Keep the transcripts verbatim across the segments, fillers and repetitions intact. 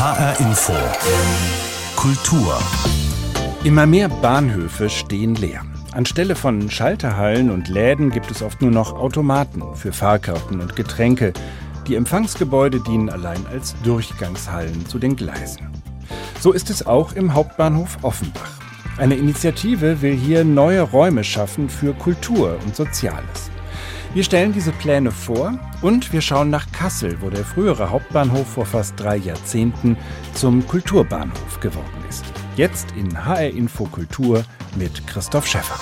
H R Info Kultur. Immer mehr Bahnhöfe stehen leer. Anstelle von Schalterhallen und Läden gibt es oft nur noch Automaten für Fahrkarten und Getränke. Die Empfangsgebäude dienen allein als Durchgangshallen zu den Gleisen. So ist es auch im Hauptbahnhof Offenbach. Eine Initiative will hier neue Räume schaffen für Kultur und Soziales. Wir stellen diese Pläne vor und wir schauen nach Kassel, wo der frühere Hauptbahnhof vor fast drei Jahrzehnten zum Kulturbahnhof geworden ist. Jetzt in H R Info Kultur mit Christoph Schäffer.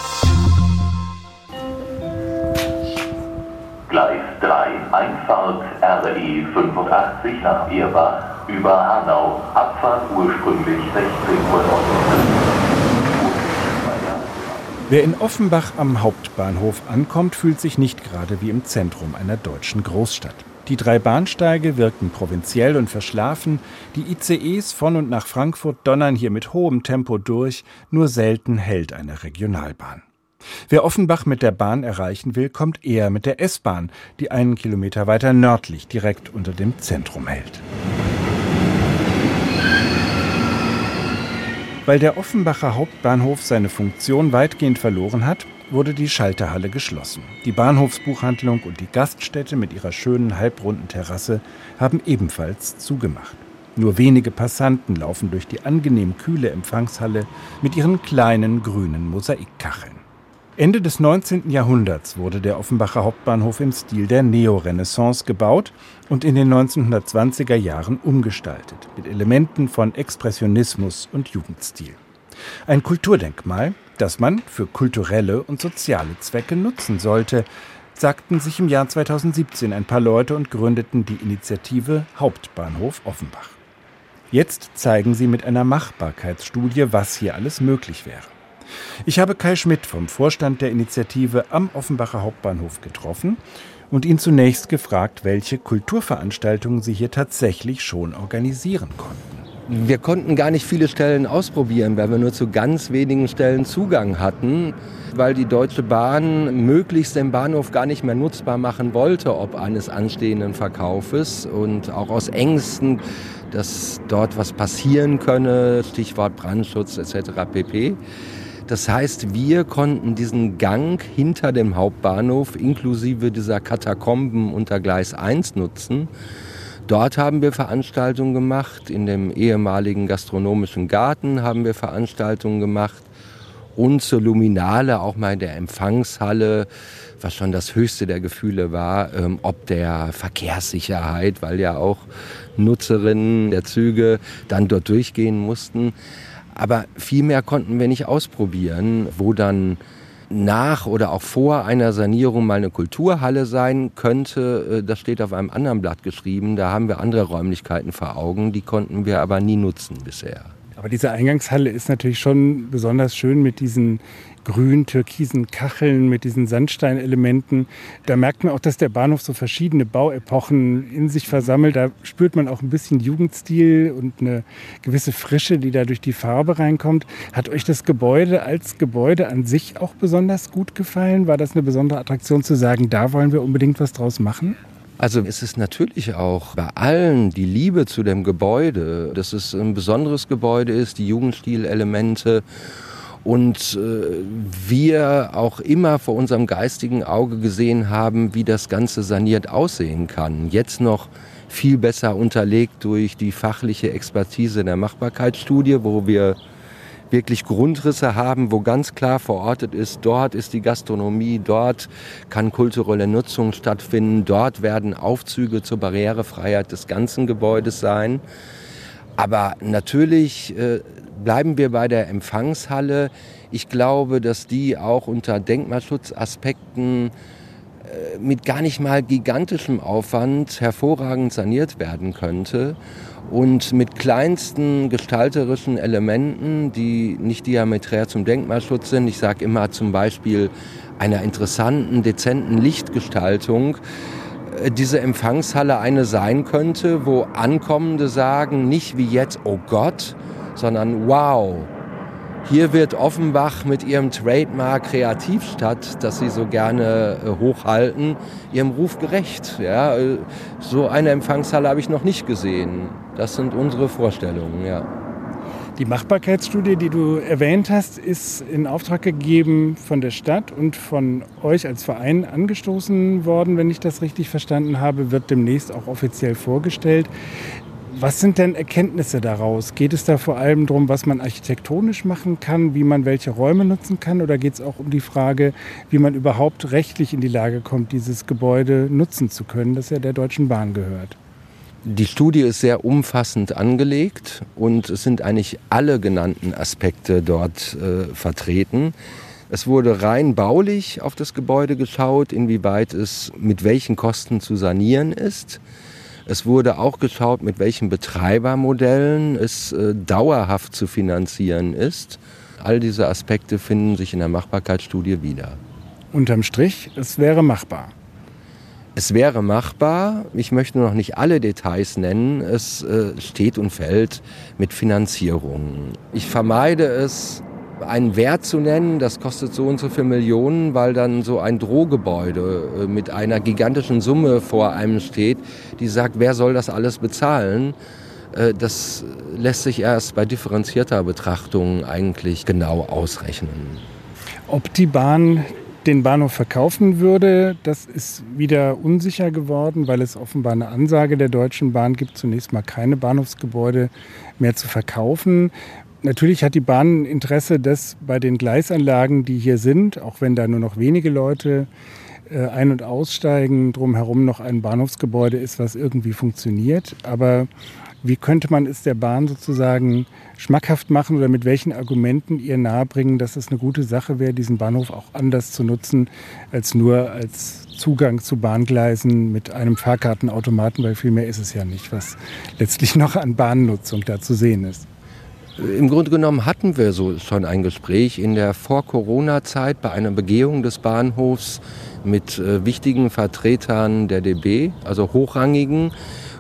Gleis drei, Einfahrt R E fünfundachtzig nach Erbach über Hanau. Abfahrt ursprünglich sechzehn Uhr neunundfünfzig. Wer in Offenbach am Hauptbahnhof ankommt, fühlt sich nicht gerade wie im Zentrum einer deutschen Großstadt. Die drei Bahnsteige wirken provinziell und verschlafen. Die I C Es von und nach Frankfurt donnern hier mit hohem Tempo durch. Nur selten hält eine Regionalbahn. Wer Offenbach mit der Bahn erreichen will, kommt eher mit der S-Bahn, die einen Kilometer weiter nördlich direkt unter dem Zentrum hält. Weil der Offenbacher Hauptbahnhof seine Funktion weitgehend verloren hat, wurde die Schalterhalle geschlossen. Die Bahnhofsbuchhandlung und die Gaststätte mit ihrer schönen halbrunden Terrasse haben ebenfalls zugemacht. Nur wenige Passanten laufen durch die angenehm kühle Empfangshalle mit ihren kleinen grünen Mosaikkacheln. Ende des neunzehnten Jahrhunderts wurde der Offenbacher Hauptbahnhof im Stil der Neorenaissance gebaut und in den neunzehnhundertzwanziger Jahren umgestaltet, mit Elementen von Expressionismus und Jugendstil. Ein Kulturdenkmal, das man für kulturelle und soziale Zwecke nutzen sollte, sagten sich im Jahr zweitausendsiebzehn ein paar Leute und gründeten die Initiative Hauptbahnhof Offenbach. Jetzt zeigen sie mit einer Machbarkeitsstudie, was hier alles möglich wäre. Ich habe Kai Schmidt vom Vorstand der Initiative am Offenbacher Hauptbahnhof getroffen und ihn zunächst gefragt, welche Kulturveranstaltungen sie hier tatsächlich schon organisieren konnten. Wir konnten gar nicht viele Stellen ausprobieren, weil wir nur zu ganz wenigen Stellen Zugang hatten, weil die Deutsche Bahn möglichst den Bahnhof gar nicht mehr nutzbar machen wollte, ob eines anstehenden Verkaufes, und auch aus Ängsten, dass dort was passieren könne, Stichwort Brandschutz et cetera pp. Das heißt, wir konnten diesen Gang hinter dem Hauptbahnhof inklusive dieser Katakomben unter Gleis eins nutzen. Dort haben wir Veranstaltungen gemacht, in dem ehemaligen gastronomischen Garten haben wir Veranstaltungen gemacht und zur Luminale auch mal in der Empfangshalle, was schon das höchste der Gefühle war, ähm, ob der Verkehrssicherheit, weil ja auch Nutzerinnen der Züge dann dort durchgehen mussten. Aber viel mehr konnten wir nicht ausprobieren, wo dann nach oder auch vor einer Sanierung mal eine Kulturhalle sein könnte. Das steht auf einem anderen Blatt geschrieben. Da haben wir andere Räumlichkeiten vor Augen, die konnten wir aber nie nutzen bisher. Aber diese Eingangshalle ist natürlich schon besonders schön mit diesen grün-türkisen Kacheln, mit diesen Sandsteinelementen. Da merkt man auch, dass der Bahnhof so verschiedene Bauepochen in sich versammelt. Da spürt man auch ein bisschen Jugendstil und eine gewisse Frische, die da durch die Farbe reinkommt. Hat euch das Gebäude als Gebäude an sich auch besonders gut gefallen? War das eine besondere Attraktion zu sagen, da wollen wir unbedingt was draus machen? Also es ist natürlich auch bei allen die Liebe zu dem Gebäude, dass es ein besonderes Gebäude ist, die Jugendstilelemente. Und äh, wir auch immer vor unserem geistigen Auge gesehen haben, wie das Ganze saniert aussehen kann. Jetzt noch viel besser unterlegt durch die fachliche Expertise der Machbarkeitsstudie, wo wir wirklich Grundrisse haben, wo ganz klar verortet ist, dort ist die Gastronomie, dort kann kulturelle Nutzung stattfinden, dort werden Aufzüge zur Barrierefreiheit des ganzen Gebäudes sein. Aber natürlich äh, bleiben wir bei der Empfangshalle. Ich glaube, dass die auch unter Denkmalschutzaspekten äh, mit gar nicht mal gigantischem Aufwand hervorragend saniert werden könnte. Und mit kleinsten gestalterischen Elementen, die nicht diameträr zum Denkmalschutz sind. Ich sage immer zum Beispiel einer interessanten, dezenten Lichtgestaltung, diese Empfangshalle eine sein könnte, wo Ankommende sagen, nicht wie jetzt, oh Gott, sondern wow, hier wird Offenbach mit ihrem Trademark Kreativstadt, das sie so gerne äh, hochhalten, ihrem Ruf gerecht. Ja, so eine Empfangshalle habe ich noch nicht gesehen. Das sind unsere Vorstellungen, ja. Die Machbarkeitsstudie, die du erwähnt hast, ist in Auftrag gegeben von der Stadt und von euch als Verein angestoßen worden, wenn ich das richtig verstanden habe, wird demnächst auch offiziell vorgestellt. Was sind denn Erkenntnisse daraus? Geht es da vor allem darum, was man architektonisch machen kann, wie man welche Räume nutzen kann? Oder geht es auch um die Frage, wie man überhaupt rechtlich in die Lage kommt, dieses Gebäude nutzen zu können, das ja der Deutschen Bahn gehört? Die Studie ist sehr umfassend angelegt und es sind eigentlich alle genannten Aspekte dort äh, vertreten. Es wurde rein baulich auf das Gebäude geschaut, inwieweit es mit welchen Kosten zu sanieren ist. Es wurde auch geschaut, mit welchen Betreibermodellen es äh, dauerhaft zu finanzieren ist. All diese Aspekte finden sich in der Machbarkeitsstudie wieder. Unterm Strich, es wäre machbar. Es wäre machbar. Ich möchte noch nicht alle Details nennen. Es äh, steht und fällt mit Finanzierung. Ich vermeide es, einen Wert zu nennen, das kostet so und so viele Millionen, weil dann so ein Drohgebäude mit einer gigantischen Summe vor einem steht, die sagt, wer soll das alles bezahlen? Das lässt sich erst bei differenzierter Betrachtung eigentlich genau ausrechnen. Ob die Bahn den Bahnhof verkaufen würde, das ist wieder unsicher geworden, weil es offenbar eine Ansage der Deutschen Bahn gibt, zunächst mal keine Bahnhofsgebäude mehr zu verkaufen. Natürlich hat die Bahn Interesse, dass bei den Gleisanlagen, die hier sind, auch wenn da nur noch wenige Leute äh, ein- und aussteigen, drumherum noch ein Bahnhofsgebäude ist, was irgendwie funktioniert. Aber wie könnte man es der Bahn sozusagen schmackhaft machen oder mit welchen Argumenten ihr nahebringen, dass es eine gute Sache wäre, diesen Bahnhof auch anders zu nutzen, als nur als Zugang zu Bahngleisen mit einem Fahrkartenautomaten, weil viel mehr ist es ja nicht, was letztlich noch an Bahnnutzung da zu sehen ist. Im Grunde genommen hatten wir so schon ein Gespräch in der Vor-Corona-Zeit bei einer Begehung des Bahnhofs mit äh, wichtigen Vertretern der D B, also hochrangigen,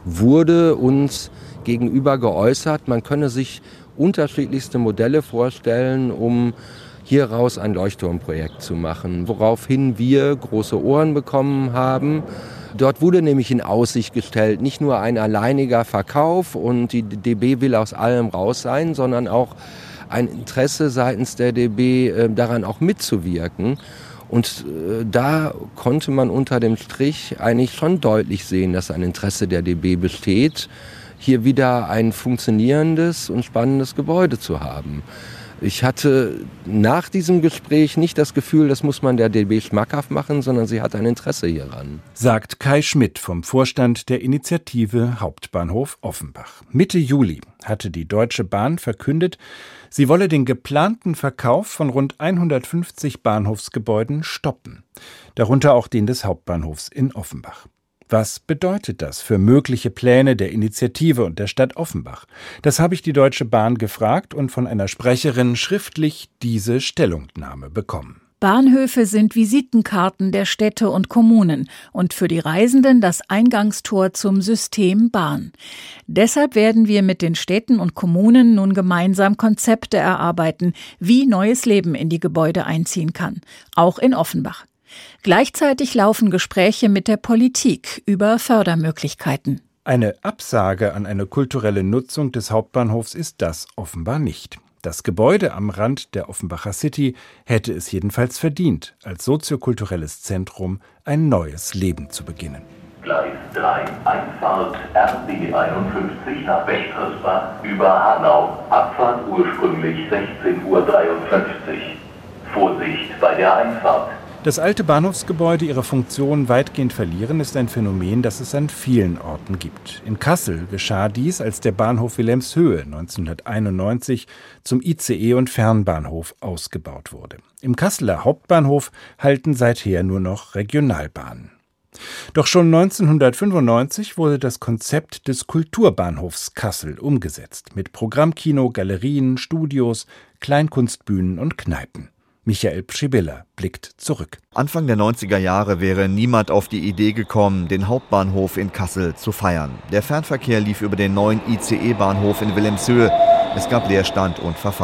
wurde uns gegenüber geäußert, man könne sich unterschiedlichste Modelle vorstellen, um hieraus ein Leuchtturmprojekt zu machen, woraufhin wir große Ohren bekommen haben. Dort wurde nämlich in Aussicht gestellt, nicht nur ein alleiniger Verkauf und die D B will aus allem raus sein, sondern auch ein Interesse seitens der D B äh, daran auch mitzuwirken. Und äh, da konnte man unter dem Strich eigentlich schon deutlich sehen, dass ein Interesse der D B besteht, hier wieder ein funktionierendes und spannendes Gebäude zu haben. Ich hatte nach diesem Gespräch nicht das Gefühl, das muss man der D B schmackhaft machen, sondern sie hat ein Interesse hieran. Sagt Kai Schmidt vom Vorstand der Initiative Hauptbahnhof Offenbach. Mitte Juli hatte die Deutsche Bahn verkündet, sie wolle den geplanten Verkauf von rund hundertfünfzig Bahnhofsgebäuden stoppen. Darunter auch den des Hauptbahnhofs in Offenbach. Was bedeutet das für mögliche Pläne der Initiative und der Stadt Offenbach? Das habe ich die Deutsche Bahn gefragt und von einer Sprecherin schriftlich diese Stellungnahme bekommen. Bahnhöfe sind Visitenkarten der Städte und Kommunen und für die Reisenden das Eingangstor zum System Bahn. Deshalb werden wir mit den Städten und Kommunen nun gemeinsam Konzepte erarbeiten, wie neues Leben in die Gebäude einziehen kann, auch in Offenbach. Gleichzeitig laufen Gespräche mit der Politik über Fördermöglichkeiten. Eine Absage an eine kulturelle Nutzung des Hauptbahnhofs ist das offenbar nicht. Das Gebäude am Rand der Offenbacher City hätte es jedenfalls verdient, als soziokulturelles Zentrum ein neues Leben zu beginnen. Gleis drei, Einfahrt R B einundfünfzig nach Wächtersbach über Hanau. Abfahrt ursprünglich sechzehn Uhr dreiundfünfzig. Vorsicht bei der Einfahrt. Dass alte Bahnhofsgebäude ihre Funktion weitgehend verlieren, ist ein Phänomen, das es an vielen Orten gibt. In Kassel geschah dies, als der Bahnhof Wilhelmshöhe neunzehnhunderteinundneunzig zum I C E- und Fernbahnhof ausgebaut wurde. Im Kasseler Hauptbahnhof halten seither nur noch Regionalbahnen. Doch schon neunzehnhundertfünfundneunzig wurde das Konzept des Kulturbahnhofs Kassel umgesetzt, mit Programmkino, Galerien, Studios, Kleinkunstbühnen und Kneipen. Michael Pschibilla blickt zurück. Anfang der neunziger Jahre wäre niemand auf die Idee gekommen, den Hauptbahnhof in Kassel zu feiern. Der Fernverkehr lief über den neuen I C E-Bahnhof in Wilhelmshöhe. Es gab Leerstand und Verfall.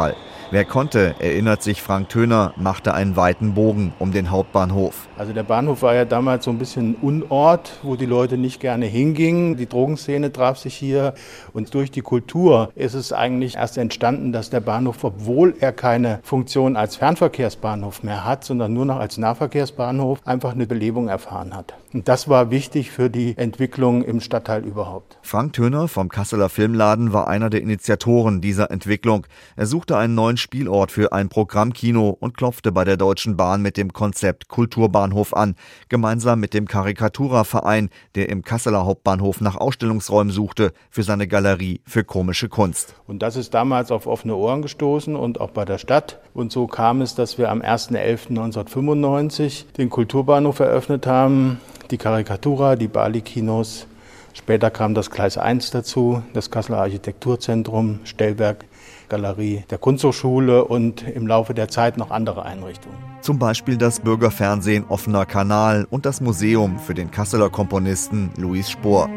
Wer konnte, erinnert sich Frank Töner, machte einen weiten Bogen um den Hauptbahnhof. Also der Bahnhof war ja damals so ein bisschen Unort, wo die Leute nicht gerne hingingen. Die Drogenszene traf sich hier und durch die Kultur ist es eigentlich erst entstanden, dass der Bahnhof, obwohl er keine Funktion als Fernverkehrsbahnhof mehr hat, sondern nur noch als Nahverkehrsbahnhof, einfach eine Belebung erfahren hat. Und das war wichtig für die Entwicklung im Stadtteil überhaupt. Frank Töner vom Kasseler Filmladen war einer der Initiatoren dieser Entwicklung. Er suchte einen neuen Spielort für ein Programmkino und klopfte bei der Deutschen Bahn mit dem Konzept Kulturbahnhof an, gemeinsam mit dem Karikatura-Verein, der im Kasseler Hauptbahnhof nach Ausstellungsräumen suchte für seine Galerie für komische Kunst. Und das ist damals auf offene Ohren gestoßen und auch bei der Stadt. Und so kam es, dass wir am erster elfter neunzehnhundertfünfundneunzig den Kulturbahnhof eröffnet haben, die Karikatura, die Bali-Kinos. Später kam das Gleis eins dazu, das Kasseler Architekturzentrum, Stellwerk, Galerie der Kunsthochschule und im Laufe der Zeit noch andere Einrichtungen. Zum Beispiel das Bürgerfernsehen Offener Kanal und das Museum für den Kasseler Komponisten Louis Spohr.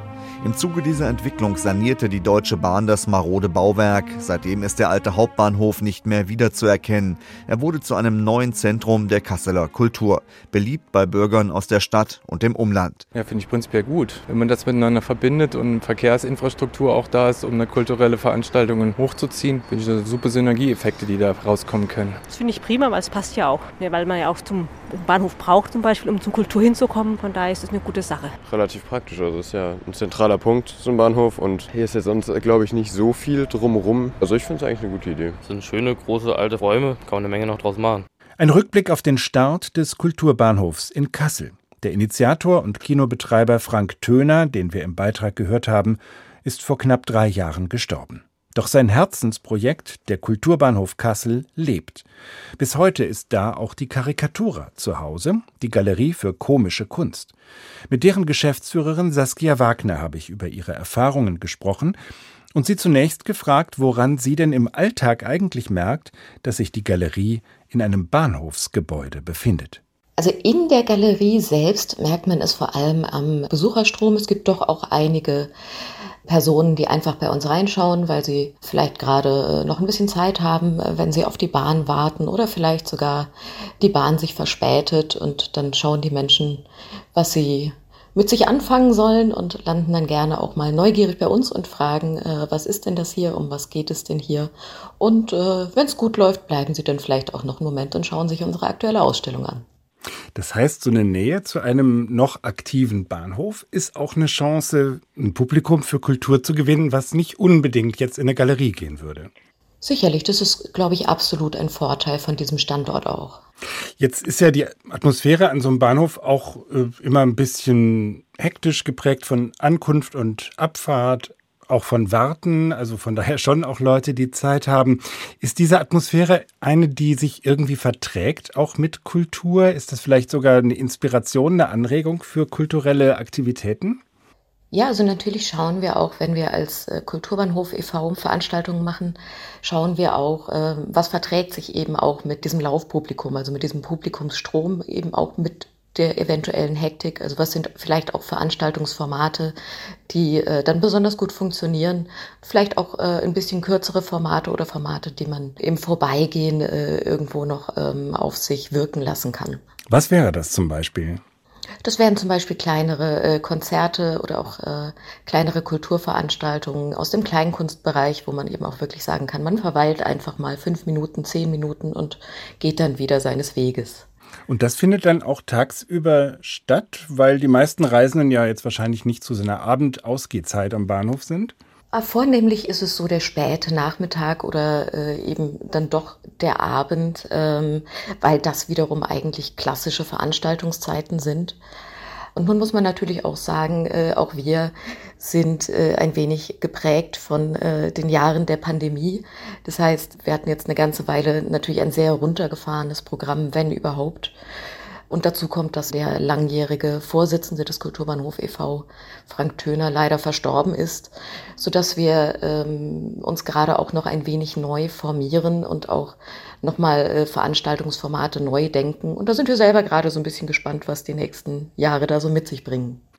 Im Zuge dieser Entwicklung sanierte die Deutsche Bahn das marode Bauwerk. Seitdem ist der alte Hauptbahnhof nicht mehr wiederzuerkennen. Er wurde zu einem neuen Zentrum der Kasseler Kultur. Beliebt bei Bürgern aus der Stadt und dem Umland. Ja, finde ich prinzipiell gut. Wenn man das miteinander verbindet und Verkehrsinfrastruktur auch da ist, um eine kulturelle Veranstaltungen hochzuziehen, finde ich das super Synergieeffekte, die da rauskommen können. Das finde ich prima, weil es passt ja auch. Weil man ja auch zum Bahnhof braucht zum Beispiel, um zur Kultur hinzukommen. Von daher ist es eine gute Sache. Relativ praktisch. Also es ist ja ein zentraler Punkt zum Bahnhof und hier ist jetzt sonst, glaube ich, nicht so viel drumherum. Also ich finde es eigentlich eine gute Idee. Das sind schöne, große, alte Räume, kann man eine Menge noch draus machen. Ein Rückblick auf den Start des Kulturbahnhofs in Kassel. Der Initiator und Kinobetreiber Frank Töner, den wir im Beitrag gehört haben, ist vor knapp drei Jahren gestorben. Doch sein Herzensprojekt, der Kulturbahnhof Kassel, lebt. Bis heute ist da auch die Karikatura zu Hause, die Galerie für komische Kunst. Mit deren Geschäftsführerin Saskia Wagner habe ich über ihre Erfahrungen gesprochen und sie zunächst gefragt, woran sie denn im Alltag eigentlich merkt, dass sich die Galerie in einem Bahnhofsgebäude befindet. Also in der Galerie selbst merkt man es vor allem am Besucherstrom. Es gibt doch auch einige Personen, die einfach bei uns reinschauen, weil sie vielleicht gerade noch ein bisschen Zeit haben, wenn sie auf die Bahn warten oder vielleicht sogar die Bahn sich verspätet und dann schauen die Menschen, was sie mit sich anfangen sollen und landen dann gerne auch mal neugierig bei uns und fragen, äh, was ist denn das hier, um was geht es denn hier? Und äh, wenn es gut läuft, bleiben sie dann vielleicht auch noch einen Moment und schauen sich unsere aktuelle Ausstellung an. Das heißt, so eine Nähe zu einem noch aktiven Bahnhof ist auch eine Chance, ein Publikum für Kultur zu gewinnen, was nicht unbedingt jetzt in eine Galerie gehen würde. Sicherlich, das ist, glaube ich, absolut ein Vorteil von diesem Standort auch. Jetzt ist ja die Atmosphäre an so einem Bahnhof auch äh, immer ein bisschen hektisch geprägt von Ankunft und Abfahrt, auch von Warten, also von daher schon auch Leute, die Zeit haben. Ist diese Atmosphäre eine, die sich irgendwie verträgt, auch mit Kultur? Ist das vielleicht sogar eine Inspiration, eine Anregung für kulturelle Aktivitäten? Ja, also natürlich schauen wir auch, wenn wir als äh, Kulturbahnhof e V Veranstaltungen machen, schauen wir auch, äh, was verträgt sich eben auch mit diesem Laufpublikum, also mit diesem Publikumsstrom, eben auch mit der eventuellen Hektik. Also was sind vielleicht auch Veranstaltungsformate, die äh, dann besonders gut funktionieren. Vielleicht auch äh, ein bisschen kürzere Formate oder Formate, die man im Vorbeigehen äh, irgendwo noch ähm, auf sich wirken lassen kann. Was wäre das zum Beispiel? Das wären zum Beispiel kleinere äh, Konzerte oder auch äh, kleinere Kulturveranstaltungen aus dem Kleinkunstbereich, wo man eben auch wirklich sagen kann, man verweilt einfach mal fünf Minuten, zehn Minuten und geht dann wieder seines Weges. Und das findet dann auch tagsüber statt, weil die meisten Reisenden ja jetzt wahrscheinlich nicht zu so einer Abend-Ausgehzeit am Bahnhof sind? Vornehmlich ist es so der späte Nachmittag oder äh, eben dann doch der Abend, ähm, weil das wiederum eigentlich klassische Veranstaltungszeiten sind. Und nun muss man natürlich auch sagen, äh, auch wir sind äh, ein wenig geprägt von äh, den Jahren der Pandemie. Das heißt, wir hatten jetzt eine ganze Weile natürlich ein sehr runtergefahrenes Programm, wenn überhaupt. Und dazu kommt, dass der langjährige Vorsitzende des Kulturbahnhof e V, Frank Töner, leider verstorben ist, sodass wir ähm, uns gerade auch noch ein wenig neu formieren und auch nochmal äh, Veranstaltungsformate neu denken. Und da sind wir selber gerade so ein bisschen gespannt, was die nächsten Jahre da so mit sich bringen.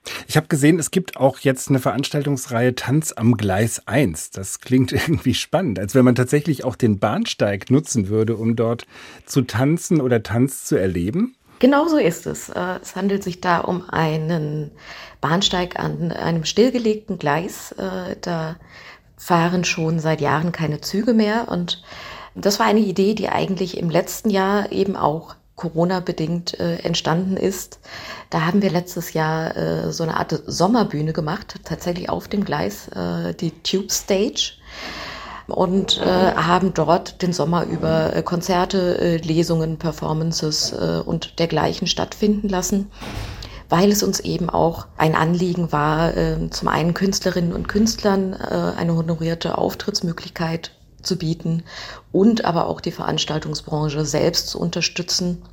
Ich habe gesehen, es gibt auch jetzt eine Veranstaltungsreihe Tanz am Gleis eins. Das klingt irgendwie spannend, als wenn man tatsächlich auch den Bahnsteig nutzen würde, um dort zu tanzen oder Tanz zu erleben. Genau so ist es. Es handelt sich da um einen Bahnsteig an einem stillgelegten Gleis. Da fahren schon seit Jahren keine Züge mehr. Und das war eine Idee, die eigentlich im letzten Jahr eben auch Corona-bedingt äh, entstanden ist. Da haben wir letztes Jahr äh, so eine Art Sommerbühne gemacht, tatsächlich auf dem Gleis, äh, die Tube Stage. Und äh, haben dort den Sommer über äh, Konzerte, äh, Lesungen, Performances äh, und dergleichen stattfinden lassen, weil es uns eben auch ein Anliegen war, äh, zum einen Künstlerinnen und Künstlern äh, eine honorierte Auftrittsmöglichkeit zu bieten und aber auch die Veranstaltungsbranche selbst zu unterstützen.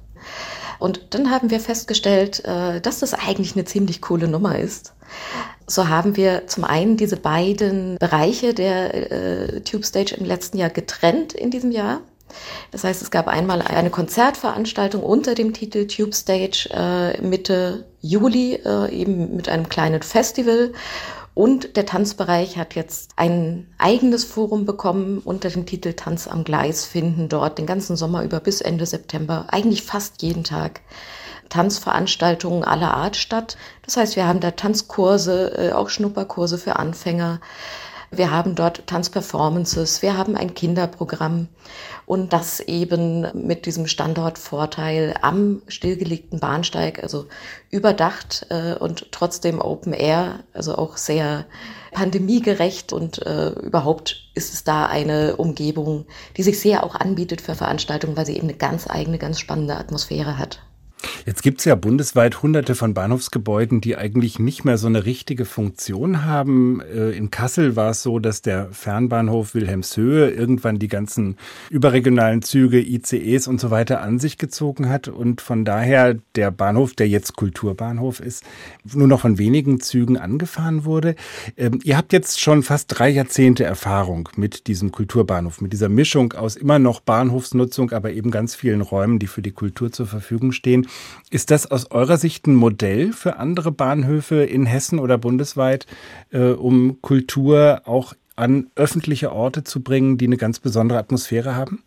Und dann haben wir festgestellt, äh, dass das eigentlich eine ziemlich coole Nummer ist. So haben wir zum einen diese beiden Bereiche der äh, Tube Stage im letzten Jahr getrennt in diesem Jahr. Das heißt, es gab einmal eine Konzertveranstaltung unter dem Titel Tube Stage äh, Mitte Juli, äh, eben mit einem kleinen Festival. Und der Tanzbereich hat jetzt ein eigenes Forum bekommen unter dem Titel Tanz am Gleis, finden dort den ganzen Sommer über bis Ende September eigentlich fast jeden Tag Tanzveranstaltungen aller Art statt. Das heißt, wir haben da Tanzkurse, auch Schnupperkurse für Anfänger. Wir haben dort Tanzperformances, wir haben ein Kinderprogramm und das eben mit diesem Standortvorteil am stillgelegten Bahnsteig, also überdacht äh, und trotzdem Open Air, also auch sehr pandemiegerecht und äh, überhaupt ist es da eine Umgebung, die sich sehr auch anbietet für Veranstaltungen, weil sie eben eine ganz eigene, ganz spannende Atmosphäre hat. Jetzt gibt es ja bundesweit hunderte von Bahnhofsgebäuden, die eigentlich nicht mehr so eine richtige Funktion haben. In Kassel war es so, dass der Fernbahnhof Wilhelmshöhe irgendwann die ganzen überregionalen Züge, I C Es und so weiter an sich gezogen hat und von daher der Bahnhof, der jetzt Kulturbahnhof ist, nur noch von wenigen Zügen angefahren wurde. Ihr habt jetzt schon fast drei Jahrzehnte Erfahrung mit diesem Kulturbahnhof, mit dieser Mischung aus immer noch Bahnhofsnutzung, aber eben ganz vielen Räumen, die für die Kultur zur Verfügung stehen. Ist das aus eurer Sicht ein Modell für andere Bahnhöfe in Hessen oder bundesweit, äh, um Kultur auch an öffentliche Orte zu bringen, die eine ganz besondere Atmosphäre haben?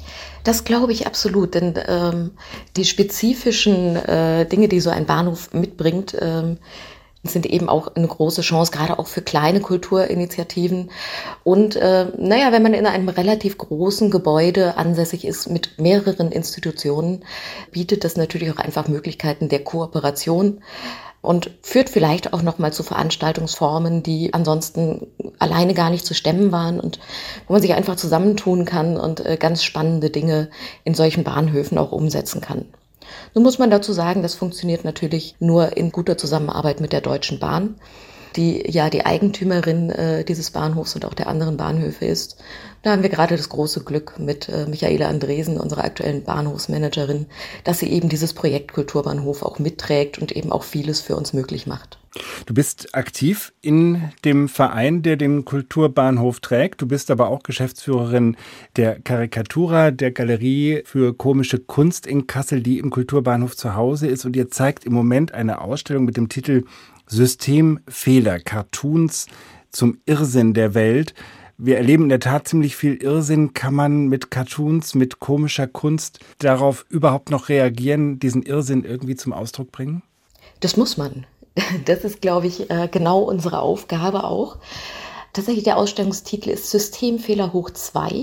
Das glaube ich absolut, denn ähm, die spezifischen äh, Dinge, die so ein Bahnhof mitbringt, ähm, sind eben auch eine große Chance, gerade auch für kleine Kulturinitiativen. Und äh, naja, wenn man in einem relativ großen Gebäude ansässig ist mit mehreren Institutionen, bietet das natürlich auch einfach Möglichkeiten der Kooperation und führt vielleicht auch nochmal zu Veranstaltungsformen, die ansonsten alleine gar nicht zu stemmen waren und wo man sich einfach zusammentun kann und äh, ganz spannende Dinge in solchen Bahnhöfen auch umsetzen kann. Nun muss man dazu sagen, das funktioniert natürlich nur in guter Zusammenarbeit mit der Deutschen Bahn, die ja die Eigentümerin äh, dieses Bahnhofs und auch der anderen Bahnhöfe ist. Da haben wir gerade das große Glück mit äh, Michaela Andresen, unserer aktuellen Bahnhofsmanagerin, dass sie eben dieses Projekt Kulturbahnhof auch mitträgt und eben auch vieles für uns möglich macht. Du bist aktiv in dem Verein, der den Kulturbahnhof trägt. Du bist aber auch Geschäftsführerin der Karikatura, der Galerie für komische Kunst in Kassel, die im Kulturbahnhof zu Hause ist. Und ihr zeigt im Moment eine Ausstellung mit dem Titel Systemfehler, Cartoons zum Irrsinn der Welt. Wir erleben in der Tat ziemlich viel Irrsinn. Kann man mit Cartoons, mit komischer Kunst darauf überhaupt noch reagieren, diesen Irrsinn irgendwie zum Ausdruck bringen? Das muss man. Das ist, glaube ich, genau unsere Aufgabe auch. Tatsächlich, der Ausstellungstitel ist Systemfehler hoch zwei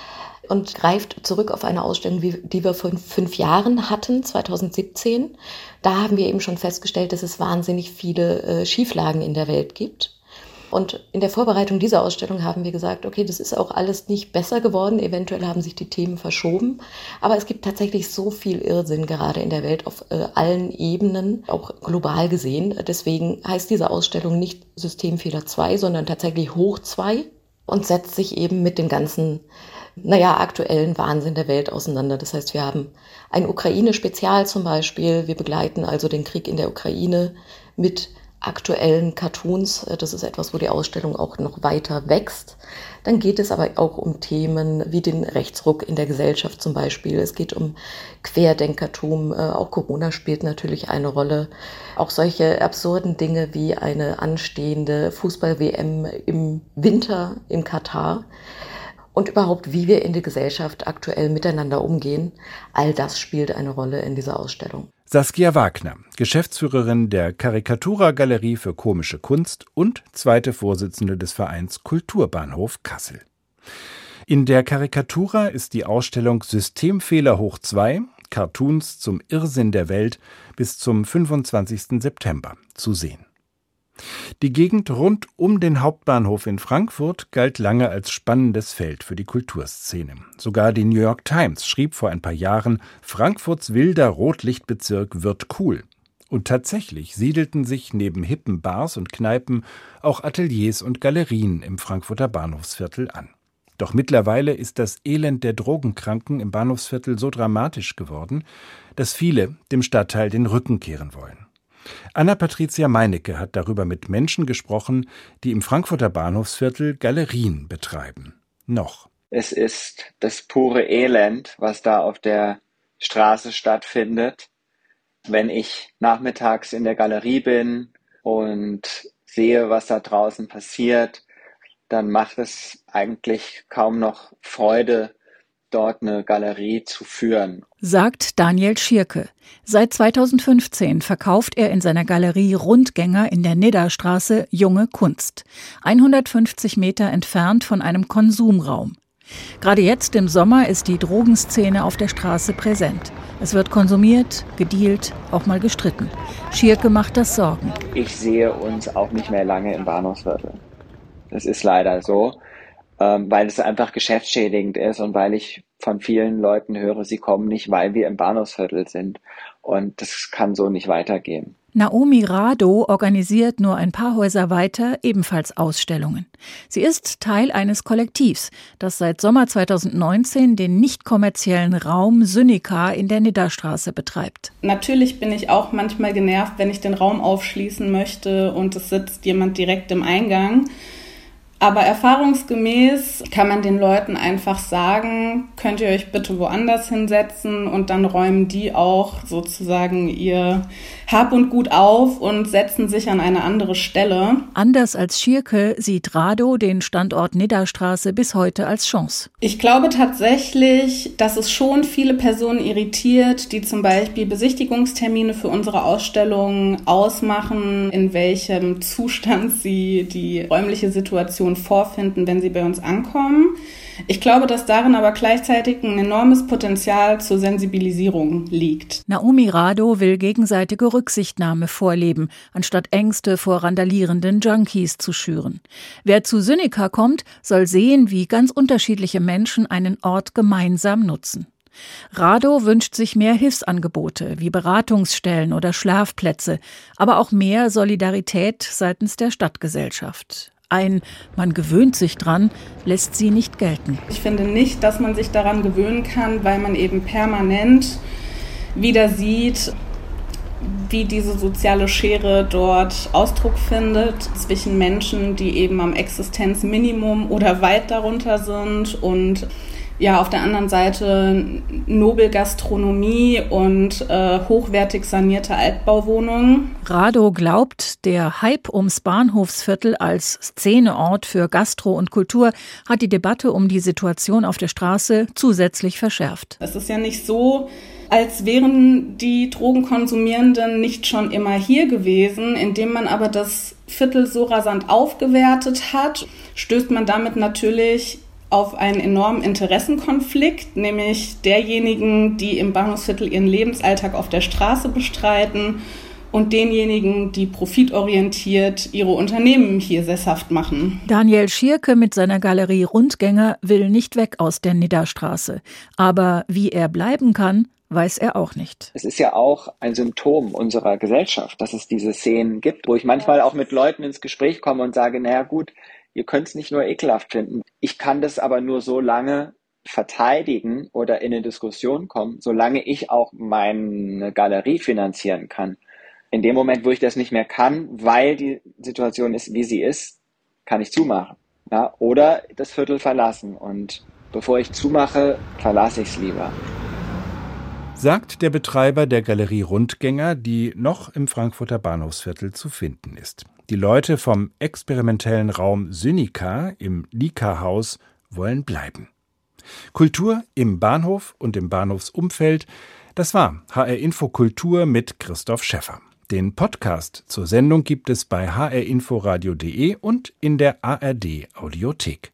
und greift zurück auf eine Ausstellung, die wir vor fünf Jahren hatten, zwanzig siebzehn. Da haben wir eben schon festgestellt, dass es wahnsinnig viele Schieflagen in der Welt gibt. Und in der Vorbereitung dieser Ausstellung haben wir gesagt, okay, das ist auch alles nicht besser geworden. Eventuell haben sich die Themen verschoben. Aber es gibt tatsächlich so viel Irrsinn gerade in der Welt auf äh, allen Ebenen, auch global gesehen. Deswegen heißt diese Ausstellung nicht Systemfehler zwei, sondern tatsächlich hoch zwei und setzt sich eben mit dem ganzen, naja, aktuellen Wahnsinn der Welt auseinander. Das heißt, wir haben ein Ukraine-Spezial zum Beispiel. Wir begleiten also den Krieg in der Ukraine mit aktuellen Cartoons. Das ist etwas, wo die Ausstellung auch noch weiter wächst. Dann geht es aber auch um Themen wie den Rechtsruck in der Gesellschaft zum Beispiel. Es geht um Querdenkertum. Auch Corona spielt natürlich eine Rolle. Auch solche absurden Dinge wie eine anstehende Fußball-W M im Winter in Katar. Und überhaupt, wie wir in der Gesellschaft aktuell miteinander umgehen. All das spielt eine Rolle in dieser Ausstellung. Saskia Wagner, Geschäftsführerin der Caricatura-Galerie für komische Kunst und zweite Vorsitzende des Vereins Kulturbahnhof Kassel. In der Caricatura ist die Ausstellung Systemfehler hoch zwei, Cartoons zum Irrsinn der Welt bis zum fünfundzwanzigsten September zu sehen. Die Gegend rund um den Hauptbahnhof in Frankfurt galt lange als spannendes Feld für die Kulturszene. Sogar die New York Times schrieb vor ein paar Jahren, Frankfurts wilder Rotlichtbezirk wird cool. Und tatsächlich siedelten sich neben hippen Bars und Kneipen auch Ateliers und Galerien im Frankfurter Bahnhofsviertel an. Doch mittlerweile ist das Elend der Drogenkranken im Bahnhofsviertel so dramatisch geworden, dass viele dem Stadtteil den Rücken kehren wollen. Anna-Patricia Meinecke hat darüber mit Menschen gesprochen, die im Frankfurter Bahnhofsviertel Galerien betreiben. Noch. Es ist das pure Elend, was da auf der Straße stattfindet. Wenn ich nachmittags in der Galerie bin und sehe, was da draußen passiert, dann macht es eigentlich kaum noch Freude, dort eine Galerie zu führen. Sagt Daniel Schierke. Seit zweitausendfünfzehn verkauft er in seiner Galerie Rundgänger in der Niddastraße junge Kunst. hundertfünfzig Meter entfernt von einem Konsumraum. Gerade jetzt im Sommer ist die Drogenszene auf der Straße präsent. Es wird konsumiert, gedealt, auch mal gestritten. Schierke macht das Sorgen. Ich sehe uns auch nicht mehr lange im Bahnhofsviertel. Das ist leider so. Weil es einfach geschäftsschädigend ist und weil ich von vielen Leuten höre, sie kommen nicht, weil wir im Bahnhofsviertel sind. Und das kann so nicht weitergehen. Naomi Rado organisiert nur ein paar Häuser weiter ebenfalls Ausstellungen. Sie ist Teil eines Kollektivs, das seit Sommer zweitausendneunzehn den nicht kommerziellen Raum Synika in der Niddastraße betreibt. Natürlich bin ich auch manchmal genervt, wenn ich den Raum aufschließen möchte und es sitzt jemand direkt im Eingang. Aber erfahrungsgemäß kann man den Leuten einfach sagen, könnt ihr euch bitte woanders hinsetzen und dann räumen die auch sozusagen ihr Hab und Gut auf und setzen sich an eine andere Stelle. Anders als Schierke sieht Rado den Standort Niddastraße bis heute als Chance. Ich glaube tatsächlich, dass es schon viele Personen irritiert, die zum Beispiel Besichtigungstermine für unsere Ausstellung ausmachen, in welchem Zustand sie die räumliche Situation vorfinden, wenn sie bei uns ankommen. Ich glaube, dass darin aber gleichzeitig ein enormes Potenzial zur Sensibilisierung liegt. Naomi Rado will gegenseitige Rücksichtnahme vorleben, anstatt Ängste vor randalierenden Junkies zu schüren. Wer zu Synika kommt, soll sehen, wie ganz unterschiedliche Menschen einen Ort gemeinsam nutzen. Rado wünscht sich mehr Hilfsangebote wie Beratungsstellen oder Schlafplätze, aber auch mehr Solidarität seitens der Stadtgesellschaft. Ein "Man gewöhnt sich dran" lässt sie nicht gelten. Ich finde nicht, dass man sich daran gewöhnen kann, weil man eben permanent wieder sieht, wie diese soziale Schere dort Ausdruck findet zwischen Menschen, die eben am Existenzminimum oder weit darunter sind und ja, auf der anderen Seite Nobelgastronomie und äh, hochwertig sanierte Altbauwohnungen. Rado glaubt, der Hype ums Bahnhofsviertel als Szeneort für Gastro und Kultur hat die Debatte um die Situation auf der Straße zusätzlich verschärft. Es ist ja nicht so, als wären die Drogenkonsumierenden nicht schon immer hier gewesen. Indem man aber das Viertel so rasant aufgewertet hat, stößt man damit natürlich auf einen enormen Interessenkonflikt, nämlich derjenigen, die im Bahnhofsviertel ihren Lebensalltag auf der Straße bestreiten und denjenigen, die profitorientiert ihre Unternehmen hier sesshaft machen. Daniel Schierke mit seiner Galerie Rundgänger will nicht weg aus der Niddastraße. Aber wie er bleiben kann, weiß er auch nicht. Es ist ja auch ein Symptom unserer Gesellschaft, dass es diese Szenen gibt, wo ich manchmal auch mit Leuten ins Gespräch komme und sage, naja gut, ihr könnt es nicht nur ekelhaft finden. Ich kann das aber nur so lange verteidigen oder in eine Diskussion kommen, solange ich auch meine Galerie finanzieren kann. In dem Moment, wo ich das nicht mehr kann, weil die Situation ist, wie sie ist, kann ich zumachen. Ja? Oder das Viertel verlassen. Und bevor ich zumache, verlasse ich es lieber. Sagt der Betreiber der Galerie Rundgänger, die noch im Frankfurter Bahnhofsviertel zu finden ist. Die Leute vom experimentellen Raum Synika im Lika-Haus wollen bleiben. Kultur im Bahnhof und im Bahnhofsumfeld, das war H R Info Kultur mit Christoph Schäffer. Den Podcast zur Sendung gibt es bei h r info radio punkt de und in der A R D Audiothek.